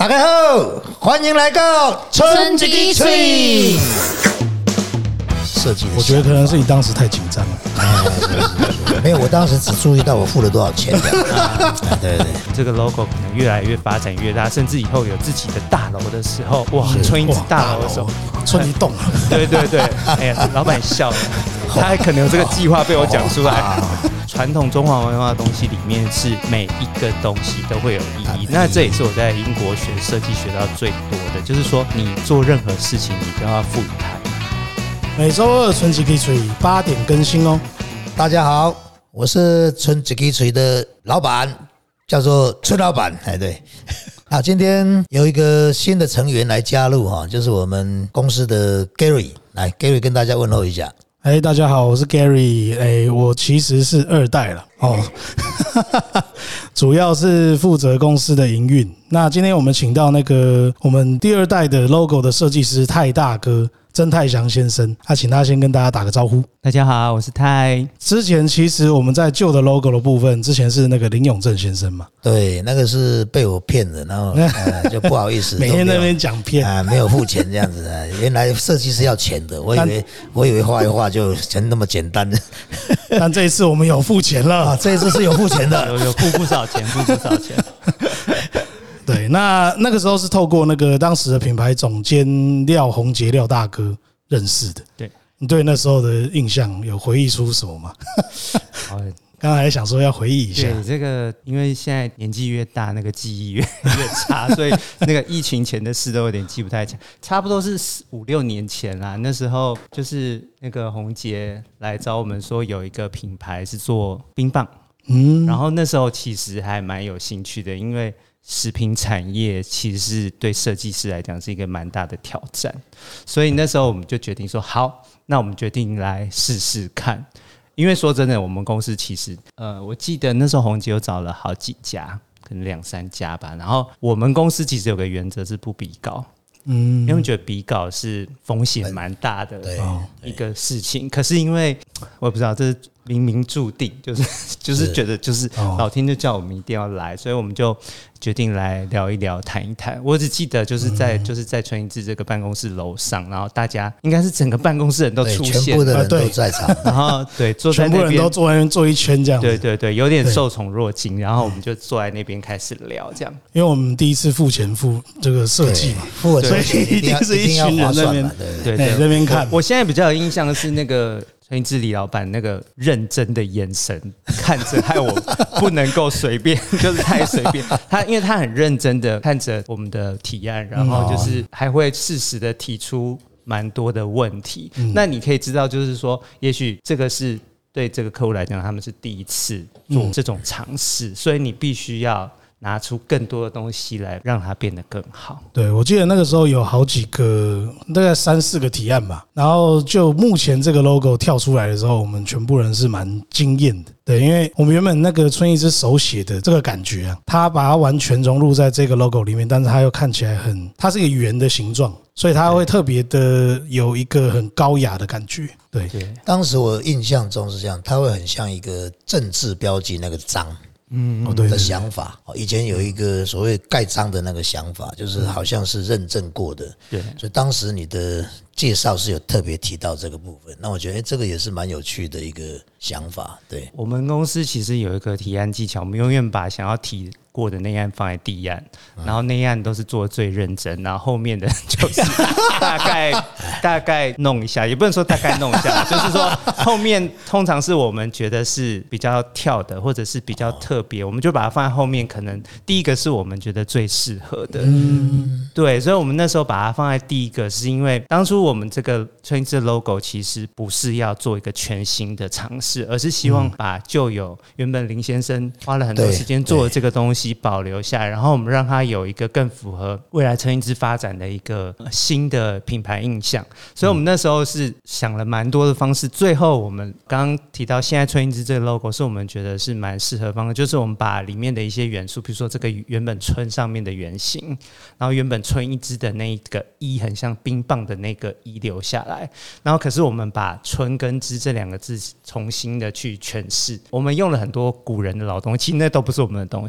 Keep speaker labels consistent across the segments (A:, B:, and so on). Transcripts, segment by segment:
A: 大家好，欢迎来到春之翠。设计的，
B: 我觉得可能是你当时太紧张了。
A: 没有，我当时只注意到我付了多少钱。对对，
C: 这个 logo 可能越来越发展越大，甚至以后有自己的大楼的时候，哇，春一枝大楼的时候，
B: 春一栋啊！
C: 对对对，哎呀，老板笑了，他还可能有这个计划被我讲出来。传统中华文化的东西里面是每一个东西都会有意义，那这也是我在英国学设计学到最多的，就是说你做任何事情你都要赋予它。
B: 每周二春之翠8点更新哦。
A: 大家好，我是春之翠的老板，叫做春老板。哎，对。啊，今天有一个新的成员来加入哈，就是我们公司的 Gary。来 ，Gary 跟大家问候一下。
B: 大家好，我是 Gary。我其实是2代了哦，主要是负责公司的营运。那今天我们请到那个我们第2代的 logo 的设计师泰大哥曾泰祥先生，请他先跟大家打个招呼。
C: 大家好，我是泰。
B: 之前其实我们在旧的 logo 的部分，之前是那个林永正先生嘛。
A: 对，那个是被我骗的，然后就不好意思，
B: 每天在那边讲骗
A: 啊，没有付钱这样子啊。原来设计是要钱的，我以为画一画就钱那么简单。
B: 但这一次我们有付钱了
A: 啊，这一次是有付钱的，
C: 有付不少钱，付不少钱。
B: 对，那个时候是透过那个当时的品牌总监廖宏杰廖大哥认识的。
C: 对，
B: 你对那时候的印象有回忆出什么吗？刚才想说要回忆一下。
C: 对，这个因为现在年纪越大，那个记忆越差，所以那个疫情前的事都有点记不太起来。差不多是5-6年前啦，那时候就是那个宏杰来找我们说有一个品牌是做冰棒，然后那时候其实还蛮有兴趣的，因为食品产业其实是对设计师来讲是一个蛮大的挑战，所以那时候我们就决定说好，那我们决定来试试看。因为说真的，我们公司其实我记得那时候宏杰有找了好几家，可能2-3家吧。然后我们公司其实有个原则是不比稿，因为觉得比稿是风险蛮大的一个事情。可是因为我也不知道，这是冥冥注定，就是觉得就是老天就叫我们一定要来，所以我们就决定来聊一聊、谈一谈。我只记得就是在春一枝这个办公室楼上，然后大家应该是整个办公室人都出现，
A: 全部的人都在场，
C: 然后对坐在那边，
B: 全部人都坐在那边坐一圈这样。
C: 对对对，有点受宠若惊，然后我们就坐在那边开始聊这样。
B: 因为我们第一次付钱付这个设计嘛，
A: 付
B: 所以一定是一群人在那边对那边看。
C: 我现在比较有印象的是那个春一枝李老板那个认真的眼神看着，害我不能够随便，就是太随便。因为他很认真的看着我们的提案，然后就是还会适时的提出蛮多的问题。那你可以知道，就是说，也许这个是对这个客户来讲，他们是第一次做这种尝试，所以你必须要拿出更多的东西来让它变得更好。
B: 对，我记得那个时候有好几个，大概3-4个提案吧。然后就目前这个 logo 跳出来的时候，我们全部人是蛮惊艳的。对，因为我们原本那个春一枝手写的这个感觉啊，它把它完全融入在这个 logo 里面，但是它又看起来它是一个圆的形状，所以它会特别的有一个很高雅的感觉。对，
A: 当时我印象中是这样，它会很像一个政治标记那个章。的想法，以前有一个所谓盖章的那个想法，就是好像是认证过的，对，所以当时你的介绍是有特别提到这个部分，那我觉得这个也是蛮有趣的一个想法。对，我
C: 们公司其实有一个提案技巧，我们永远把想要提过的那一案放在第一案，然后那一案都是做最认真，然后后面的就是大概弄一下，也不能说大概弄一下，就是说后面通常是我们觉得是比较跳的，或者是比较特别，我们就把它放在后面。可能第一个是我们觉得最适合的，对，所以我们那时候把它放在第一个，是因为当初我们这个春一枝 logo 其实不是要做一个全新的尝试，而是希望把旧有原本林先生花了很多时间做的这个东西保留下来，然后我们让它有一个更符合未来春一枝发展的一个新的品牌印象。所以我们那时候是想了蛮多的方式，最后我们刚刚提到现在春一枝这个 logo 是我们觉得是蛮适合的方式，就是我们把里面的一些元素，比如说这个原本春上面的圆形，然后原本春一枝的那一个一很像冰棒的那个一留下来，然后可是我们把春跟枝这2个字重新的去诠释，我们用了很多古人的老东西，其实那都不是我们的东西，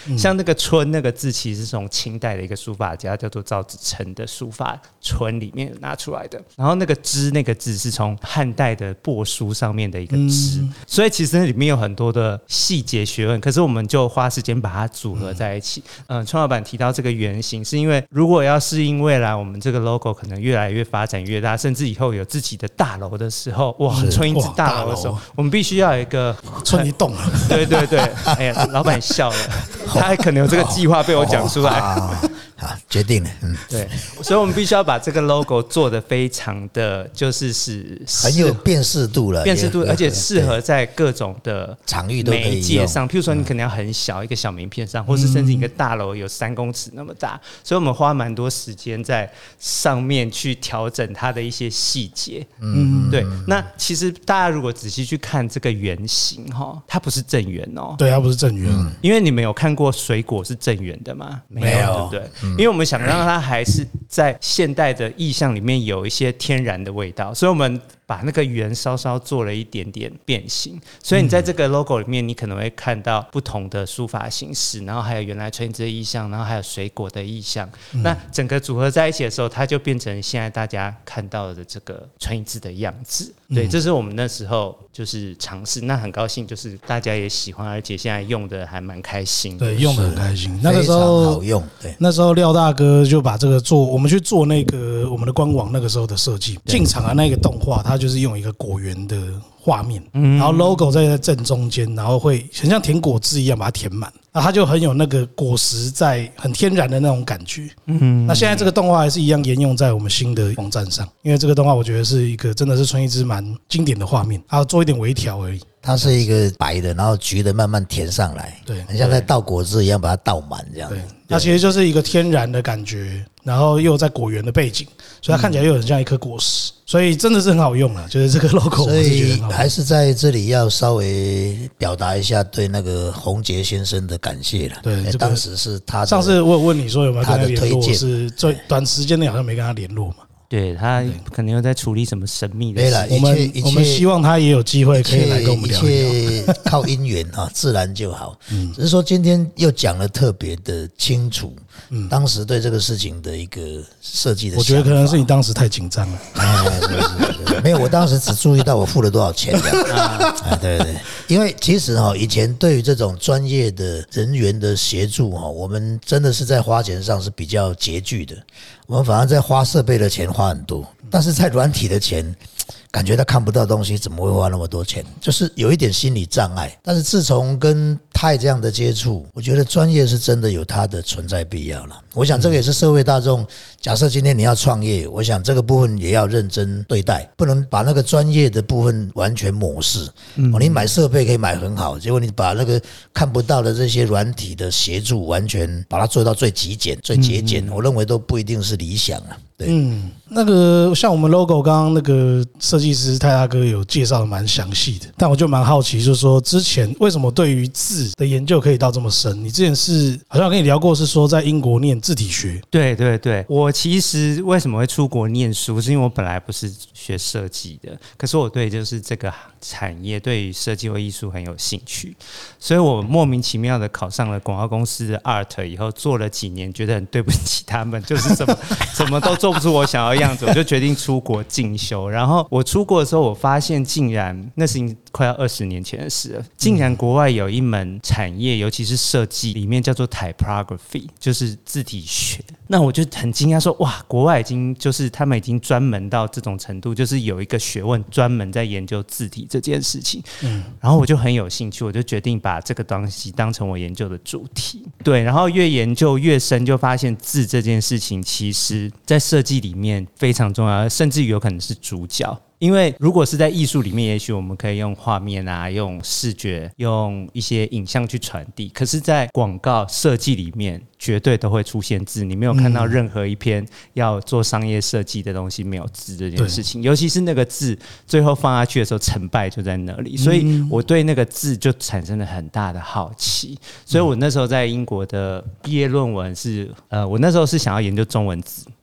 C: 像那个春那个字，其实是从清代的一个书法家叫做赵子成的书法春里面拿出来的。然后那个之那个字是从汉代的帛书上面的一个之，所以其实里面有很多的细节学问，可是我们就花时间把它组合在一起。创老板提到这个原型，是因为如果要适应未来我们这个 logo 可能越来越发展越大，甚至以后有自己的大楼的时候，哇，春英之大楼的时候，我们必须要有一个
B: 春一栋了。
C: 对对对，哎呀，老板笑了，他还可能有这个计划被我讲出来。
A: 好，决定了。
C: 对，所以我们必须要把这个 logo 做得非常的，就是
A: 很有辨识度了，
C: 而且适合在各种的
A: 场域都可以
C: 媒介上。譬如说，你可能要很小一个小名片上，或是甚至一个大楼有3公尺那么大，所以我们花蛮多时间在上面去调整它的一些细节。对。那其实大家如果仔细去看这个圆形它不是正圆哦。
B: 对，它不是正圆。
C: 因为你们有看过水果是正圆的吗？没有，对不对？因为我们想让它还是在现代的意象里面有一些天然的味道，所以我们把那个圆稍稍做了一点点变形，所以你在这个 logo 里面，你可能会看到不同的书法形式，然后还有原来春英之的意象，然后还有水果的意象，那整个组合在一起的时候，它就变成现在大家看到的这个春英之的样子。对，这是我们那时候就是尝试，那很高兴就是大家也喜欢，而且现在用的还蛮开心的。
B: 对，用的很开心。那个时候
A: 好用。对，
B: 那时候廖大哥就把这个我们去做那个我们的官网那个时候的设计，进场的那个动画，它就是用一个果园的画面，然后 logo 在正中间，然后会很像填果汁一样把它填满，那它就很有那个果实在很天然的那种感觉。那现在这个动画还是一样沿用在我们新的网站上，因为这个动画我觉得是一个真的是春英之蛮经典的画面，还要做一点微调而已。
A: 它是一个白的，然后橘的慢慢填上来，对，很像在倒果汁一样，把它倒满这样。对，
B: 它其实就是一个天然的感觉，然后又在果园的背景，所以它看起来又很像一颗果实，所以真的是很好用啊，就是这个 logo。
A: 所以还是在这里要稍微表达一下对那个洪杰先生的感谢了。对，当时是他
B: 上次我有问你说有没有跟他联络，是最短时间内好像没跟他联络嘛？
C: 对，他可能又在处理什么神秘的事。
B: 我们希望他也有机会可以来跟我们聊一聊。
A: 一切靠因缘自然就好。只是说今天又讲了特别的清楚，当时对这个事情的一个设计的想法。
B: 我觉得可能是你当时太紧张了。
A: 没有，我当时只注意到我付了多少钱。对，因为其实以前对于这种专业的人员的协助，我们真的是在花钱上是比较拮据的。我们反而在花设备的钱花很多，但是在软体的钱，感觉他看不到东西，怎么会花那么多钱？就是有一点心理障碍。但是自从跟泰这样的接触，我觉得专业是真的有它的存在必要了。我想这个也是社会大众，假设今天你要创业，我想这个部分也要认真对待，不能把那个专业的部分完全抹视。你买设备可以买很好，结果你把那个看不到的这些软体的协助完全把它做到最极简、最节俭，我认为都不一定是理想啊。对，
B: 那个像我们 logo 刚刚那个设计师泰大哥有介绍的蛮详细的，但我就蛮好奇，就是说之前为什么对于字的研究可以到这么深？你之前是好像跟你聊过，是说在英国念字体学。
C: 对对对，我其实为什么会出国念书，是因为我本来不是学设计的，可是我对就是这个产业，对于设计或艺术很有兴趣，所以我莫名其妙的考上了广告公司的 art 以后，做了几年，觉得很对不起他们，就是怎么都做不出我想要的样子，我就决定出国进修。然后我出国的时候，我发现竟然那是快要20年前的事了，竟然国外有一门产业，尤其是设计里面叫做 typography， 就是字体学。那我就很惊讶说，哇，国外已经就是他们已经专门到这种程度，就是有一个学问专门在研究字体这件事情。然后我就很有兴趣，我就决定把这个东西当成我研究的主题。对，然后越研究越深，就发现字这件事情其实在设计里面非常重要，甚至于有可能是主角。因为如果是在艺术里面，也许我们可以用画面啊，用视觉，用一些影像去传递。可是，在广告设计里面，绝对都会出现字。你没有看到任何一篇要做商业设计的东西没有字这件事情，尤其是那个字最后放下去的时候，成败就在那里。所以我对那个字就产生了很大的好奇。所以我那时候在英国的毕业论文是，我那时候是想要研究中文字。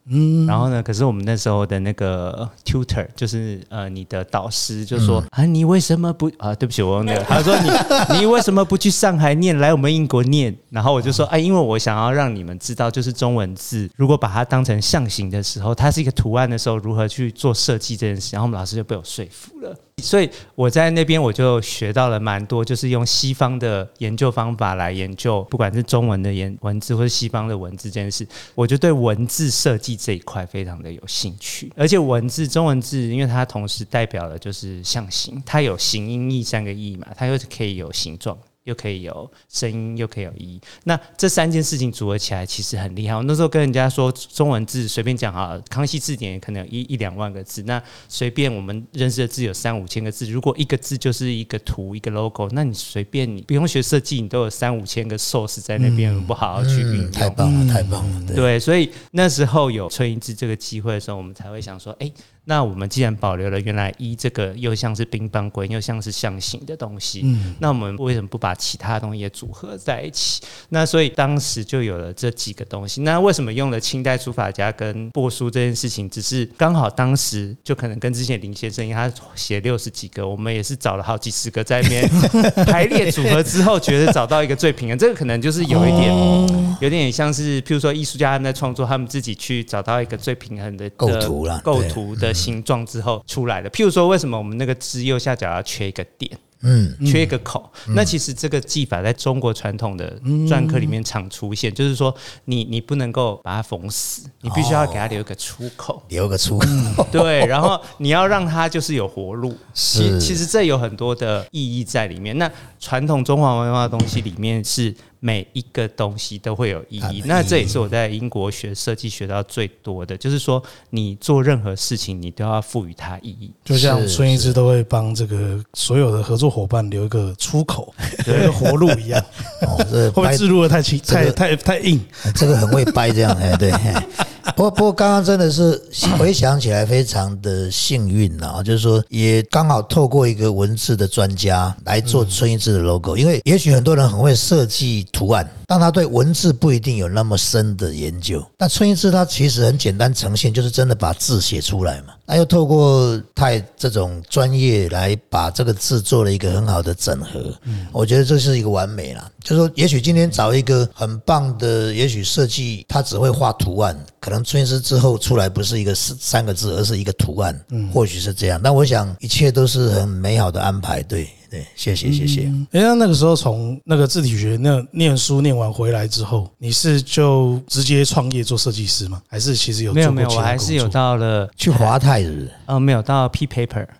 C: 然后呢，可是我们那时候的那个 tutor 就是你的导师就说你为什么不对不起我忘了，他说你为什么不去上海念，来我们英国念？然后我就说因为我想要让你们知道，就是中文字如果把它当成象形的时候，它是一个图案的时候，如何去做设计这件事。然后我们老师就被我说服了。所以我在那边我就学到了蛮多，就是用西方的研究方法来研究，不管是中文的文字或是西方的文字这件事，我就对文字设计这一块非常的有兴趣。而且中文字，因为它同时代表的就是象形，它有形音义三个义嘛，它又可以有形状，又可以有声音，又可以有意义。那这3件事情组合起来其实很厉害。我那时候跟人家说，中文字随便讲好了，康熙字典也可能有1-2万个字，那随便我们认识的字有3-5千个字，如果一个字就是一个图一个 logo， 那你随便你不用学设计，你都有3-5千个 source 在那边，不好好去运用。
A: 太棒了，太棒了。
C: 对，所以那时候有春英之这个机会的时候，我们才会想说，那我们既然保留了原来这个又像是乒乓龟又像是象形的东西，那我们为什么不把其他的东西也组合在一起？那所以当时就有了这几个东西。那为什么用了清代书法家跟帛书这件事情，只是刚好当时就可能跟之前林先生他写60几个，我们也是找了好几十个在那边排列组合之后，觉得找到一个最平衡。这个可能就是有点像是譬如说艺术家他们在创作，他们自己去找到一个最平衡的构图的形状之后出来的。譬如说为什么我们那个之右下角要缺一个点，缺一个口，那其实这个技法在中国传统的篆刻里面常出现，就是说你不能够把它缝死，你必须要给它留一个出口，对，然后你要让它就是有活路。其实这有很多的意义在里面。那传统中华文化的东西里面是每一个东西都会有意义，那这也是我在英国学设计学到最多的，就是说你做任何事情你都要赋予它意义。
B: 就像孙一之都会帮这个所有的合作伙伴留一个出口，留一个活路一样。会不会置入的太硬？
A: 这个很会掰这样，对。不过刚刚真的是回想起来非常的幸运啊，就是说也刚好透过一个文字的专家来做春一之的 logo， 因为也许很多人很会设计图案，但他对文字不一定有那么深的研究。但春一之他其实很简单呈现，就是真的把字写出来嘛。那又透过太这种专业来把这个字做了一个很好的整合，我觉得这是一个完美啦。就是说也许今天找一个很棒的，也许设计他只会画图案，可能春一之之后出来不是一个3个字，而是一个图案，或许是这样。但我想一切都是很美好的安排，对，谢谢。
B: 那个时候从那个字体学念书念完回来之后，你是就直接创业做设计师吗？还是其实有做过
C: 没有，我还是有到了
A: 去华泰是不是？
C: 没有到 P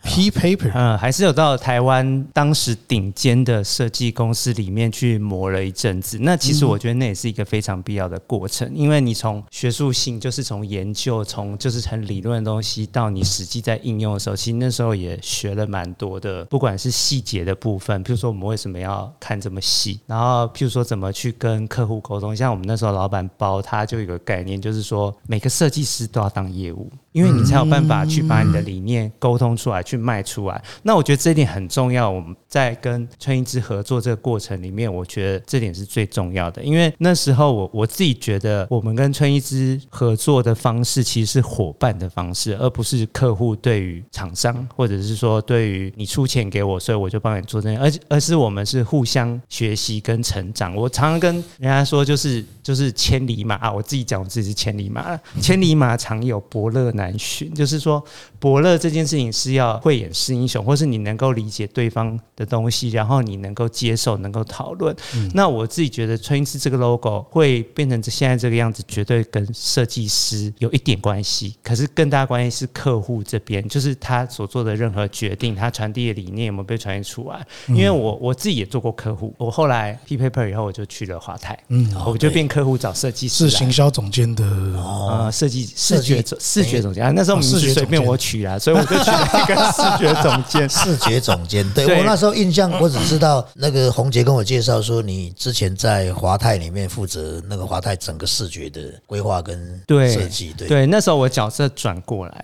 C: Paper， 还是有到台湾当时顶尖的设计公司里面去磨了一阵子。那其实我觉得那也是一个非常必要的过程，因为你从学术性，就是从研究，从就是很理论的东西，到你实际在应用的时候，其实那时候也学了蛮多的，不管是细节的部分，譬如说我们为什么要看这么细，然后譬如说怎么去跟客户沟通。像我们那时候老板包他就有一个概念，就是说每个设计师都要当业务，因为你才有办法去把你的理念沟通出来，去卖出来。那我觉得这一点很重要，我们在跟春一之合作这个过程里面，我觉得这点是最重要的。因为那时候我自己觉得我们跟春一之合作的方式其实是伙伴的方式，而不是客户对于厂商，或者是说对于你出钱给我，所以我就帮你做这件，而是我们是互相学习跟成长。我常常跟人家说，就是千里马我自己讲我自己是千里马，千里马常有伯乐难寻，就是说伯乐这件事情是要慧眼识英雄，或是你能够理解对方的东西，然后你能够接受，能够讨论。那我自己觉得春一之这个 logo 会变成现在这个样子，绝对跟设计师有一点关系，可是更大关系是客户这边，就是他所做的任何决定，他传递的理念有没有被传递出来。因为我自己也做过客户，我后来 P Paper 以后我就去了华泰，我就变客户找设计师，
B: 是行销总监的
C: 视觉总监。那时候名字随便我取啦，所以我就取了一个视觉总监。
A: 视觉总监，对，我那时候印象，我只知道那个洪杰跟我介绍说，你之前在华泰里面负责那个华泰整个视觉的规划跟设计。对，
C: 那时候我角色转过来了。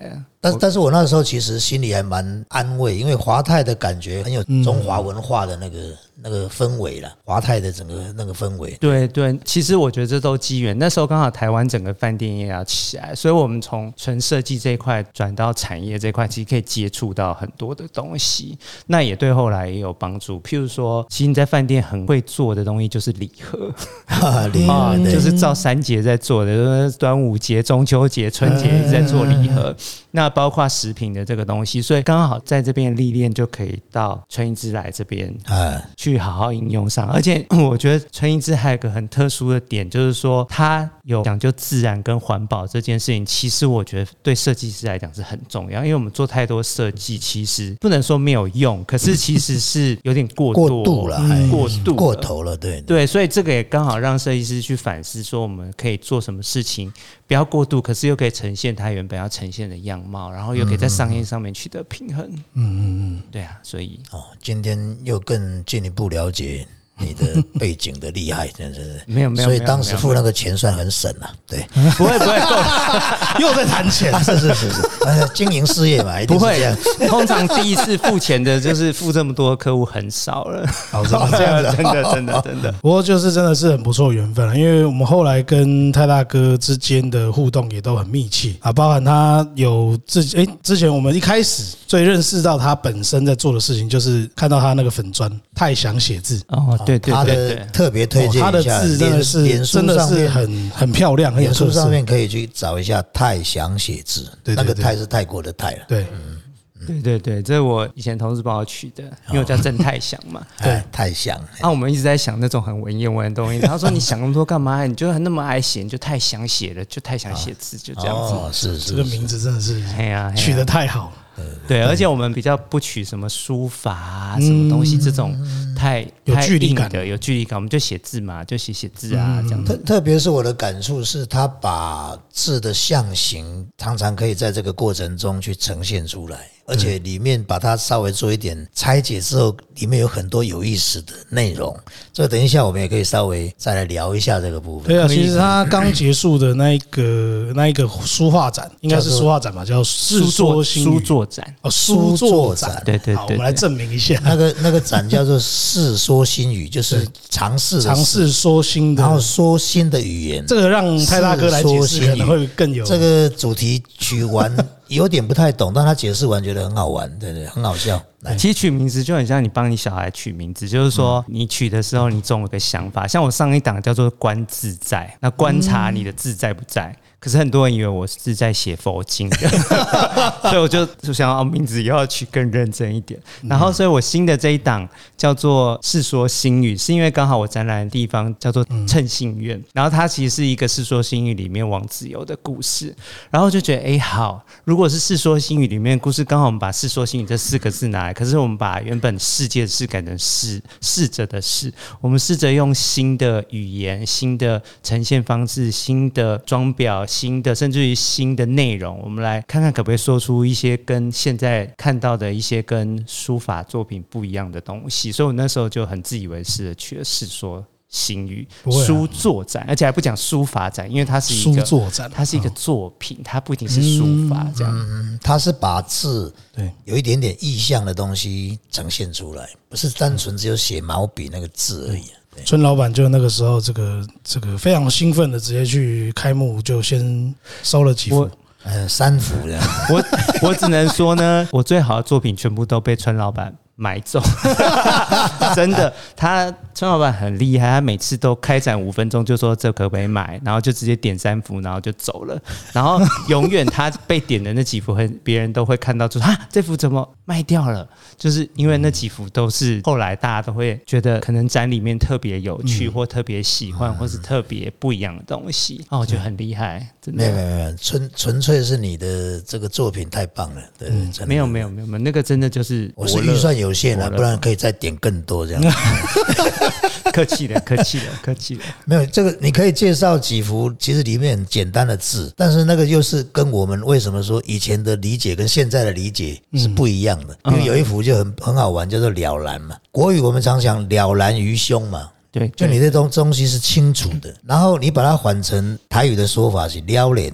A: 但是我那时候其实心里还蛮安慰，因为华泰的感觉很有中华文化的那个氛围啦，华泰的整个那个氛围。
C: 对对，其实我觉得这都机缘。那时候刚好台湾整个饭店业要起来，所以我们从纯设计这一块转到产业这一块，其实可以接触到很多的东西。那也对后来也有帮助。譬如说，其实你在饭店很会做的东西就是礼盒，就是照3节在做的，端午节、中秋节、春节一直在做礼盒。那包括食品的这个东西，所以刚好在这边历练就可以到春一枝来这边去好好应用上。而且我觉得春一枝还有一个很特殊的点，就是说它有讲究自然跟环保这件事情，其实我觉得对设计师来讲是很重要，因为我们做太多设计，其实不能说没有用，可是其实是有点过
A: 度了，过头了，对
C: 对，所以这个也刚好让设计师去反思，说我们可以做什么事情不要过度，可是又可以呈现它原本要呈现的样貌，然后又可以在商业上面取得平衡。对啊，所以
A: 今天又更进一步了解你的背景的厉害，真是
C: 没有，
A: 所以当时付那个钱算很省啊，对，
C: 不会，
B: 又在谈钱，
A: 是，经营事业嘛，一定是这样。
C: 通常第一次付钱的，就是付这么多客户很少了，
B: 这样子，
C: 真的。
B: 不过就是真的是很不错的缘分了，因为我们后来跟泰大哥之间的互动也都很密切啊，包含他有之前我们一开始最认识到他本身在做的事情，就是看到他那个粉专太想写字
C: 对，
A: 他的特别推荐一下，
B: 他的字真的是很漂亮，很有特色。
A: 脸书上面可以去找一下太想写字，那个泰是泰国的泰了。
C: 对，这是我以前同事帮我取的，因为我叫郑泰祥嘛。
A: 对，泰祥。
C: 我们一直在想那种很文言文的东西。他说：“你想那么多干嘛？你就那么爱写，你就太想写了，就太想写字，就这样子。”
B: 这个名字真的是取得太好了。
C: 对，而且我们比较不取什么书法什么东西这种太
B: 有距离感
C: 的，有距离感，我们就写字嘛，就写字啊这样子。
A: 特别是我的感触是，他把字的象形常常可以在这个过程中去呈现出来，而且里面把它稍微做一点拆解之后，里面有很多有意思的内容。所以等一下我们也可以稍微再来聊一下这个部分。
B: 对啊，其实他刚结束的那一个书画展，应该是书画展吧，叫世说新语。书作展，
C: 对，
B: 好，我们来证明一下。
A: 那个展叫做《世说新语》，就是尝试
B: 说新的，
A: 然后说新的语言。
B: 这个让泰大哥来解释可能会更有。
A: 这个主题曲完有点不太懂，但他解释完觉得很好玩，对，很好笑。
C: 其实取名字就很像你帮你小孩取名字，就是说你取的时候你总有个想法。像我上一档叫做观自在，那观察你的自在不在。可是很多人以为我是在写佛经的，所以我就想要名字也要取更认真一点。然后，所以我新的这一档叫做《世说新语》，是因为刚好我展览的地方叫做称信院，然后它其实是一个《世说新语》里面王子猷的故事，然后就觉得好，如果是《世说新语》里面的故事，刚好我们把《世说新语》这4个字拿来，可是我们把原本世界的事改成逝者的逝，我们试着用新的语言、新的呈现方式、新的装裱。新的甚至于新的内容，我们来看看可不可以说出一些跟现在看到的一些跟书法作品不一样的东西。所以我那时候就很自以为是的取了世说新语书作展，而且还不讲书法展，因为它是一个
B: 书作展，
C: 它是一个作品，它不一定是书法这样。
A: 它是把字有一点点意象的东西呈现出来，不是单纯只有写毛笔那个字而已。
B: 村老板就那个时候，这个非常兴奋的直接去开幕，就先收了几幅
A: ，3幅这样。
C: 我只能说呢，我最好的作品全部都被村老板买走，真的，村老板很厉害，他每次都开展5分钟就说这可不可以买，然后就直接点3幅，然后就走了，然后永远他被点的那几幅，别人都会看到就说这幅怎么卖掉了，就是因为那几幅都是后来大家都会觉得可能展里面特别有趣，或特别喜欢，或是特别不一样的东西，我觉得很厉害，真的。
A: 没有，纯粹是你的这个作品太棒了，对，
C: 没有，那个真的就是
A: 我是预算有限了，不然可以再点更多这样。
C: 客气了。
A: 没有这个，你可以介绍几幅，其实里面很简单的字，但是那个又是跟我们为什么说以前的理解跟现在的理解是不一样的。因为有一幅就很好玩，叫做了然嘛。国语我们常讲了然于胸嘛。
C: 对，
A: 就你这东西是清楚的，然后你把它换成台语的说法是了然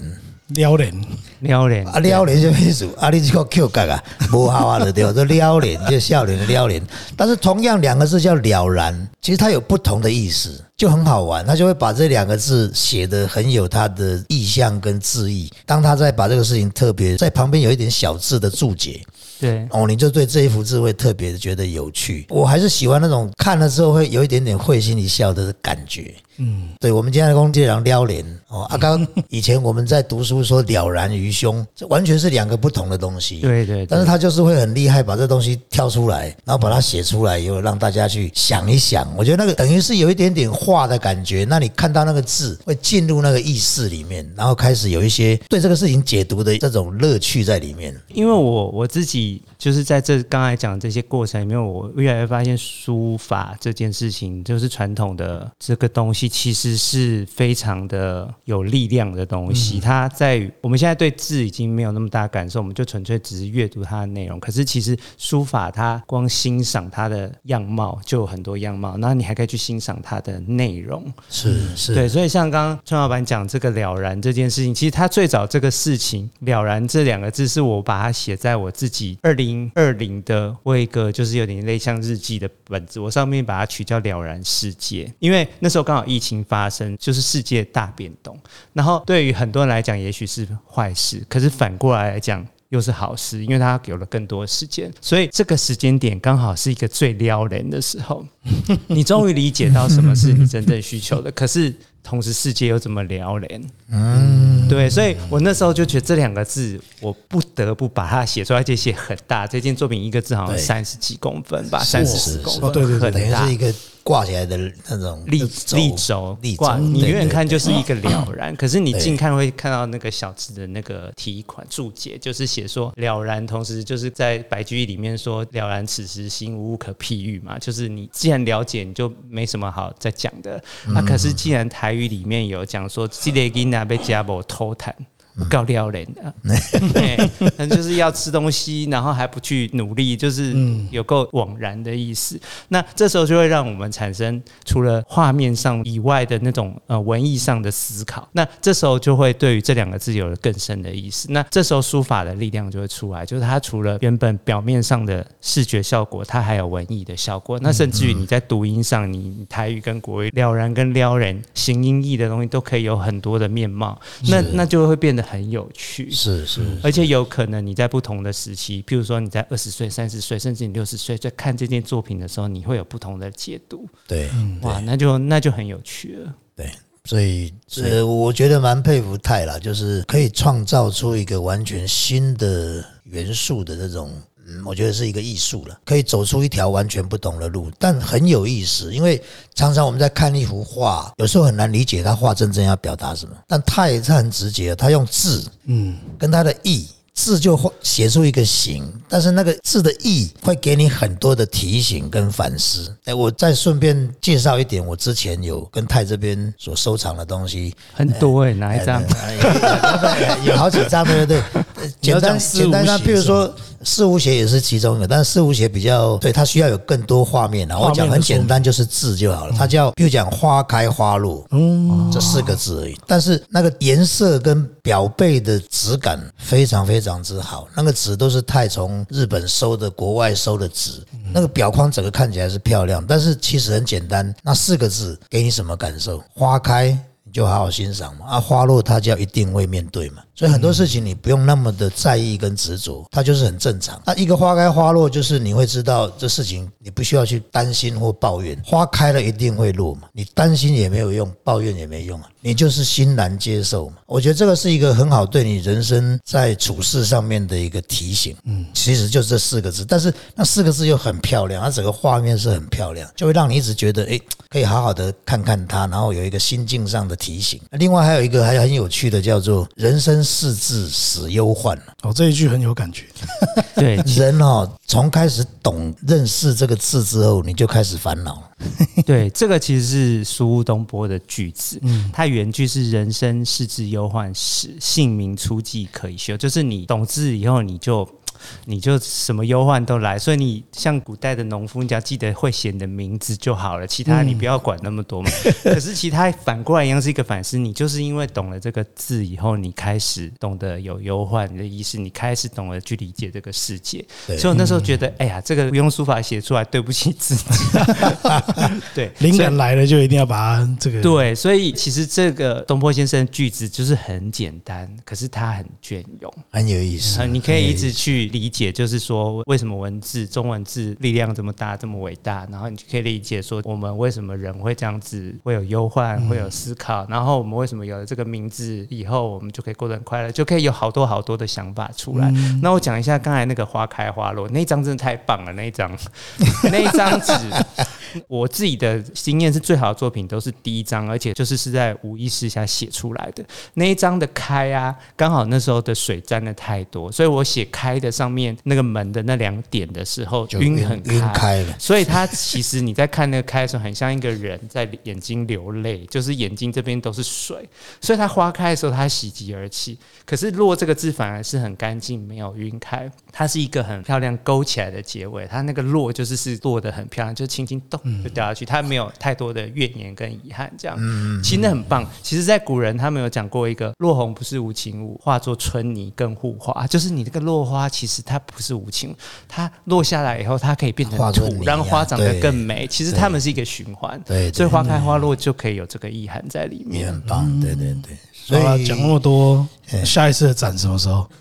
B: 撩人
A: 啊，撩人什么意思？啊，你这个 Q 感啊，无效啊，对不对？撩人就笑脸的撩人，但是同样两个字叫了然，其实它有不同的意思，就很好玩。他就会把这两个字写得很有它的意象跟字义。当他在把这个事情特别在旁边有一点小字的注解。
C: 对
A: 哦，你就对这一幅字会特别的觉得有趣。我还是喜欢那种看了之后会有一点点会心一笑的感觉。对，我们今天的公这样撩脸哦，刚以前我们在读书说了然于胸，这完全是两个不同的东西。
C: 对，
A: 但是他就是会很厉害，把这东西挑出来，然后把它写出来，以后让大家去想一想。我觉得那个等于是有一点点画的感觉，那你看到那个字会进入那个意识里面，然后开始有一些对这个事情解读的这种乐趣在里面。
C: 因为我自己就是在这刚才讲这些过程里面，我越来越发现书法这件事情，就是传统的这个东西，其实是非常的有力量的东西。它在于我们现在对字已经没有那么大感受，我们就纯粹只是阅读它的内容。可是其实书法它光欣赏它的样貌就有很多样貌，然后你还可以去欣赏它的内容。
A: 是，
C: 对，所以像刚刚川老板讲这个了然这件事情，其实他最早这个事情了然这两个字是我把它写在我自己2020的我有一个就是有点类像日记的本子，我上面把它取叫了然世界，因为那时候刚好疫情发生，就是世界大变动，然后对于很多人来讲也许是坏事，可是反过来讲又是好事，因为它有了更多时间，所以这个时间点刚好是一个最撩人的时候，你终于理解到什么是你真正需求的，可是同时世界又这么撩人，对，所以我那时候就觉得这两个字我不得不把它写出来，而且写很大，这件作品一个字好像30几公分吧，30公分，
B: 对，
A: 等于是一个挂起来的那种
C: 立轴挂，你远远看就是一个了然，可是你近看会看到那个小字的那个题款注解，就是写说了然，同时就是在白居易里面说了然此时心无物可譬喻嘛，就是你既然了解，你就没什么好再讲的。可是既然台语里面有讲说这个囡仔被家某偷谈。够撩人的，但就是要吃东西，然后还不去努力，就是有够枉然的意思。那这时候就会让我们产生除了画面上以外的那种文艺上的思考。那这时候就会对于这两个字有了更深的意思。那这时候书法的力量就会出来，就是它除了原本表面上的视觉效果，它还有文艺的效果。那甚至于你在读音上，你台语跟国语了然跟撩人形音义的东西都可以有很多的面貌。那就会变得很有趣，
A: 是，
C: 而且有可能你在不同的时期，譬如说你在20岁、30岁，甚至你60岁，在看这件作品的时候，你会有不同的解读。
A: 对，
C: 哇，那就很有趣了。
A: 对，所以我觉得蛮佩服泰啦，就是可以创造出一个完全新的元素的这种。我觉得是一个艺术了，可以走出一条完全不同的路，但很有意思。因为常常我们在看一幅画，有时候很难理解他画真正要表达什么，但他很直接，他用字，跟他的意。字就写出一个形，但是那个字的意会给你很多的提醒跟反思。我再顺便介绍一点，我之前有跟泰这边所收藏的东西
C: 很多哪一张？
A: 有好几张，对不对？简单上，譬如说四无邪也是其中一个，但是四无邪比较对它需要有更多画面啊。我讲很简单，就是字就好了。它叫比如讲花开花落，这4个字而已，但是那个颜色跟表背的质感非常非常之好，那个纸都是泰从日本收的国外收的纸，那个表框整个看起来是漂亮，但是其实很简单。那4个字给你什么感受？花开你就好好欣赏嘛，花落它就要一定会面对嘛。所以很多事情你不用那么的在意跟执着，它就是很正常。那一个花开花落，就是你会知道这事情你不需要去担心或抱怨，花开了一定会落嘛，你担心也没有用，抱怨也没用啊，你就是欣然接受嘛。我觉得这个是一个很好对你人生在处事上面的一个提醒。其实就是这4个字，但是那4个字又很漂亮，它整个画面是很漂亮，就会让你一直觉得可以好好的看看它，然后有一个心境上的提醒。另外还有一个还很有趣的叫做人生4字死忧患。
B: 这一句很有感觉。
C: 对，
A: 人从开始懂认识这个字之后，你就开始烦恼了。
C: 对，这个其实是苏屋东坡的句子，它原句是人生4字忧患始，姓名初记可以修，就是你懂字以后，你就你就什么忧患都来。所以你像古代的农夫，你只要记得会写你的名字就好了，其他你不要管那么多嘛。可是其他反过来一样是一个反思，你就是因为懂了这个字以后，你开始懂得有忧患的意思，你开始懂得去理解这个世界。所以我那时候觉得，哎呀，这个不用书法写出来，对不起自己。对，
B: 灵感来了就一定要把它这个。
C: 对，所以其实这个东坡先生的句子就是很简单，可是他很隽永，
A: 很有意思。
C: 你可以一直去理解，就是说为什么文字中文字力量这么大，这么伟大，然后你就可以理解说我们为什么人会这样子，会有忧患，会有思考，然后我们为什么有了这个名字以后，我们就可以过得很快乐，就可以有好多好多的想法出来。那我讲一下刚才那个花开花落那一张，真的太棒了，那一张那一张纸。我自己的经验是最好的作品都是第一张，而且是在无意识下写出来的。那一张的开啊，刚好那时候的水沾的太多，所以我写开的上面那个门的那2点的时候晕很开了，所以它其实你在看那个开的时候，很像一个人在眼睛流泪，就是眼睛这边都是水，所以它花开的时候它袭击而起。可是落这个字反而是很干净，没有晕开，它是一个很漂亮勾起来的结尾。它那个落是落得很漂亮，就轻轻动就掉下去，它没有太多的怨言跟遗憾，这样其实那很棒。其实在古人他们有讲过一个落红不是无情物，化作春泥更护花，就是你这个落花其实它不是无情物，它落下来以后它可以变成土，让花长得更美。其实它们是一个循环，所以花开花落就可以有这个意涵在里面，
A: 也很棒。对对对。
B: 所以讲那么多，下一次的展什么时候？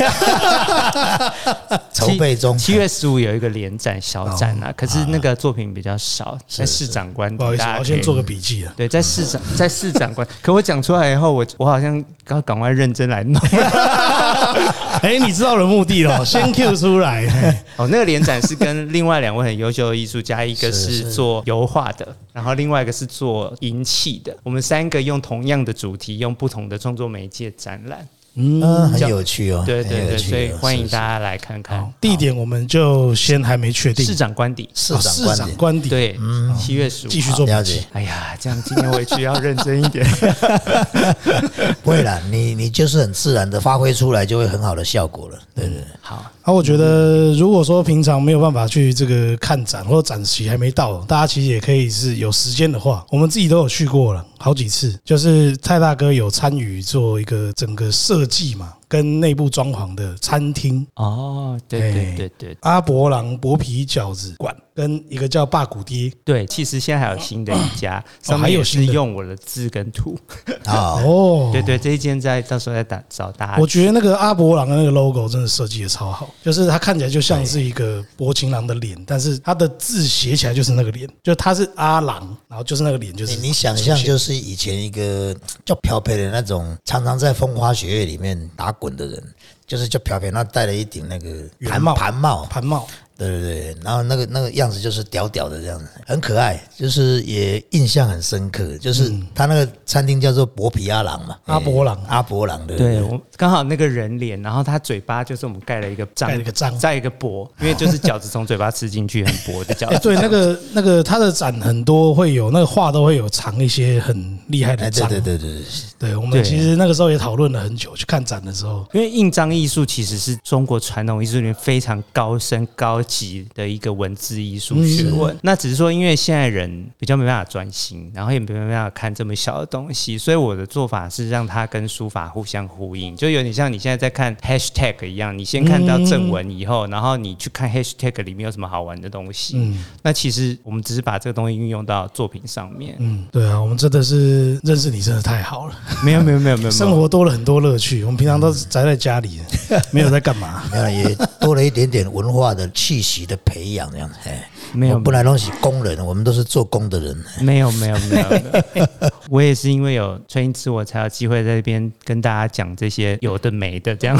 A: 筹备中
C: ，7月15有一个联展小展啊，可是那个作品比较少，在市长官邸。
B: 不好意思，我先做个笔记啊。
C: 对，在市长官，可我讲出来以后，我好像要赶快认真来弄。
B: 你知道了目的了，先 Q 出来。
C: 那个联展是跟另外2位很优秀的艺术家，一个是做油画的，然后另外一个是做银器的。我们3个用同样的主题，用不同的创作媒介展览。
A: 很有趣哦。
C: 对对对，所以欢迎大家来看看。
B: 地点我们就先还没确定。
C: 市长官邸，
B: 市长官邸。
C: 对，7月15
B: 继续做笔记。
C: 哎呀，这样今天回去要认真一点。
A: 不会啦，你就是很自然的发挥出来，就会很好的效果了。对对。
C: 好。
B: 我觉得如果说平常没有办法去这个看展，或者展期还没到，大家其实也可以是有时间的话，我们自己都有去过了好几次，就是蔡大哥有参与做一个整个设计嘛，跟内部装潢的餐厅。
C: 对对对对，
B: 阿伯郎薄皮饺子馆跟一个叫霸古爹。
C: 对，其实现在还有新的一家，上面也是用我的字跟图。对对，这一间到时候再找大家。
B: 我觉得那个阿伯郎的那个 logo 真的设计的超好，就是它看起来就像是一个薄情郎的脸，但是它的字写起来就是那个脸，就它是阿郎，然后就是那个脸，就是
A: 你想象就是以前一个叫朴培的那种，常常在风花雪月里面打滚的人，就是叫朴培，他戴了一顶那个盘帽。对对对，然后那个样子就是屌屌的这样子，很可爱，就是也印象很深刻。就是他那个餐厅叫做薄皮阿郎嘛，阿伯郎的。
C: 对，我刚好那个人脸，然后他嘴巴就是我们盖了一个章，再一个薄，因为就是饺子从嘴巴吃进去很薄的饺子。
B: 对，那个他的展很多会有那个画都会有藏一些很厉害的章。对，我们其实那个时候也讨论了很久，去看展的时候，
C: 因为印章艺术其实是中国传统艺术里面非常高深高级的一个文字艺术学问。那只是说，因为现在人比较没办法专心，然后也没办法看这么小的东西，所以我的做法是让它跟书法互相呼应，就有点像你现在在看 hashtag 一样，你先看到正文以后，然后你去看 hashtag 里面有什么好玩的东西。那其实我们只是把这个东西运用到作品上面。
B: 对啊，我们真的是认识你真的太好了。
C: 没有，
B: 生活多了很多乐趣。我们平常都宅在家里，没有在干嘛。
A: 没有，也多了一点点文化的气息的培养，这样子。
C: 没有，
A: 不然都是工人，我们都是做工的人。没有，
C: 我也是因为有春英之我才有机会在这边跟大家讲这些有的没的这样。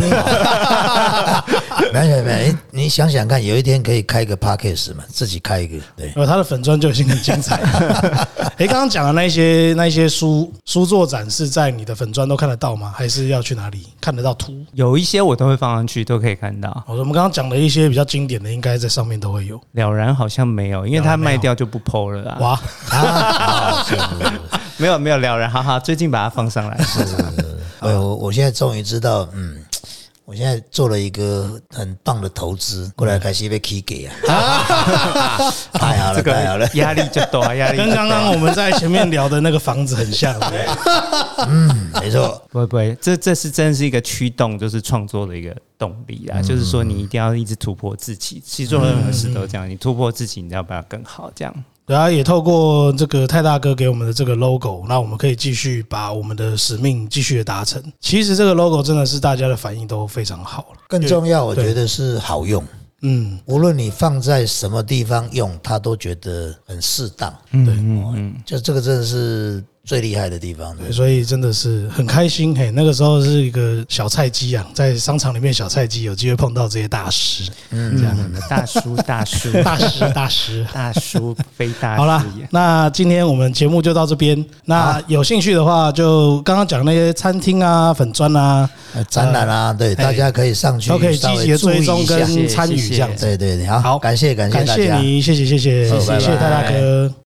A: 没，你想想看，有一天可以开一个 podcast 嘛，自己开一个。对，
B: 他的粉专就已经很精彩了。刚刚讲的那些书作展是在你的粉专都看得到吗？还是要去哪里看得到图？
C: 有一些我都会放上去，都可以看到。
B: 我们刚刚讲的一些比较经典的，应该在上面都会有。
C: 了然好像没有，因为它卖掉就不 po 了啦。
B: 哇，
C: 没有了然，哈哈，最近把它放上来。
A: 我现在终于知道， 我现在做了一个很棒的投资，过来开始被 K 给啊，太好了，
C: 这个
A: 太好了，
C: 压力就大，压力就
B: 跟
C: 大
B: 刚刚我们在前面聊的那个房子很像。
A: 没错，
C: 不会，这是真的是一个驱动，就是创作的一个动力啦。就是说，你一定要一直突破自己，其实做任何事都这样，你突破自己，你要不要更好？这样。
B: 然后也透过这个泰大哥给我们的这个 logo， 那我们可以继续把我们的使命继续的达成。其实这个 logo 真的是大家的反应都非常好了，
A: 更重要，我觉得是好用。无论你放在什么地方用，他都觉得很适当。对，就这个真的是最厉害的地方。
B: 对，所以真的是很开心。嘿，那个时候是一个小菜鸡啊，在商场里面小菜鸡有机会碰到这些大师，
C: 这样大叔非大师。
B: 好啦，那今天我们节目就到这边。那有兴趣的话，就刚刚讲那些餐厅啊、粉专啊、
A: 展览啊，对，大家可以上去
B: 都可以积极的追踪跟参与这样子。
A: 对，好，感谢大家，
B: 感谢你，谢谢泰大哥。